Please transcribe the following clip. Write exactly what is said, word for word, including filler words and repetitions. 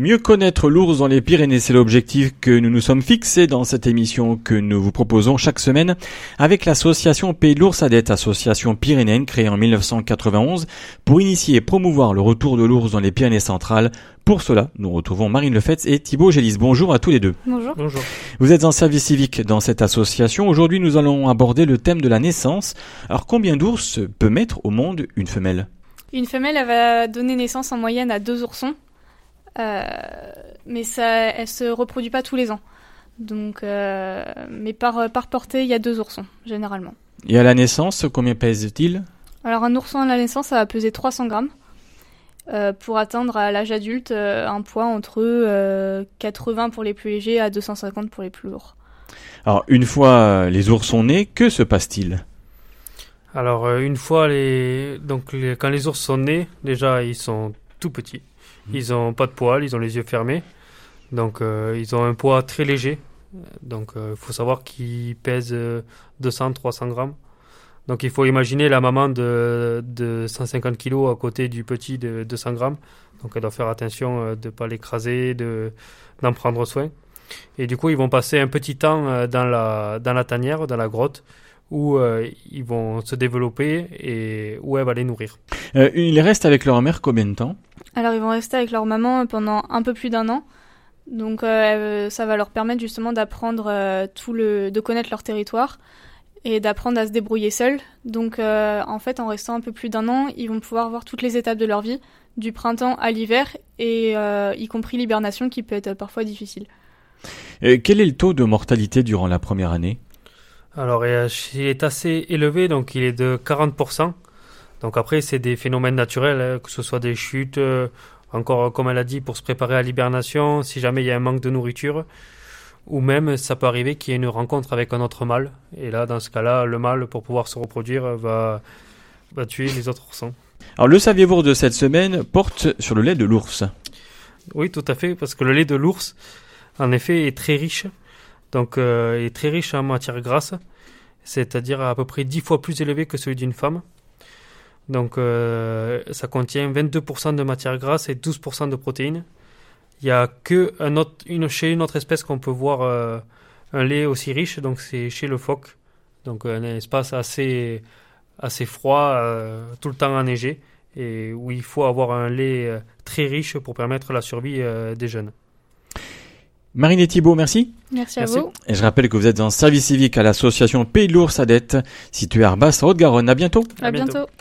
Mieux connaître l'ours dans les Pyrénées, c'est l'objectif que nous nous sommes fixés dans cette émission que nous vous proposons chaque semaine avec l'association Pays de l'Ours Adet, association pyrénéenne créée en dix-neuf cent quatre-vingt-onze pour initier et promouvoir le retour de l'ours dans les Pyrénées centrales. Pour cela, nous retrouvons Marine Lefetz et Thibaut Gélis. Bonjour à tous les deux. Bonjour. Bonjour. Vous êtes en service civique dans cette association. Aujourd'hui, nous allons aborder le thème de la naissance. Alors, combien d'ours peut mettre au monde une femelle ? Une femelle, elle va donner naissance en moyenne à deux oursons. Euh, mais ça, elle se reproduit pas tous les ans. Donc, euh, mais par, par portée, il y a deux oursons, généralement. Et à la naissance, combien pèse-t-il ? Alors, un ourson à la naissance, ça va peser trois cents grammes. Euh, pour atteindre à l'âge adulte euh, un poids entre euh, quatre-vingts pour les plus légers à deux cent cinquante pour les plus lourds. Alors, une fois les ours sont nés, que se passe-t-il ? Alors, euh, une fois les... Donc, les... quand les ours sont nés, déjà, ils sont tout petits. Ils n'ont pas de poils, ils ont les yeux fermés. Donc, euh, ils ont un poids très léger. Donc, il euh, faut savoir qu'ils pèsent euh, deux cents à trois cents grammes. Donc, il faut imaginer la maman de, de cent cinquante kilos à côté du petit de deux cents grammes. Donc, elle doit faire attention euh, de ne pas l'écraser, de, d'en prendre soin. Et du coup, ils vont passer un petit temps euh, dans, la, dans la tanière, dans la grotte, où euh, ils vont se développer et où elle va les nourrir. Euh, ils restent avec leur mère combien de temps ? Alors, ils vont rester avec leur maman pendant un peu plus d'un an. Donc, euh, ça va leur permettre justement d'apprendre euh, tout le, de connaître leur territoire et d'apprendre à se débrouiller seuls. Donc, euh, en fait, en restant un peu plus d'un an, ils vont pouvoir voir toutes les étapes de leur vie, du printemps à l'hiver, et euh, y compris l'hibernation qui peut être parfois difficile. Et quel est le taux de mortalité durant la première année ? Alors, il est assez élevé, donc il est de quarante pour cent. Donc après, c'est des phénomènes naturels, hein, que ce soit des chutes, euh, encore comme elle a dit, pour se préparer à l'hibernation, si jamais il y a un manque de nourriture, ou même ça peut arriver qu'il y ait une rencontre avec un autre mâle. Et là, dans ce cas-là, le mâle, pour pouvoir se reproduire, va, va tuer les autres oursons. Alors, le saviez-vous de cette semaine porte sur le lait de l'ours. Oui, tout à fait, parce que le lait de l'ours, en effet, est très riche. Donc, euh, est très riche en matière grasse, c'est-à-dire à peu près dix fois plus élevé que celui d'une femme. Donc, euh, ça contient vingt-deux pour cent de matière grasse et douze pour cent de protéines. Il n'y a que un autre, une, chez une autre espèce qu'on peut voir euh, un lait aussi riche, donc c'est chez le phoque. Donc, un espace assez, assez froid, euh, tout le temps enneigé, et où il faut avoir un lait euh, très riche pour permettre la survie euh, des jeunes. Marine et Thibaut, merci. Merci, Merci. à vous. Et je rappelle que vous êtes en service civique à l'association Pays de l'Ours Adet, située à Arbas, Haute-Garonne. À bientôt. À, À bientôt. bientôt.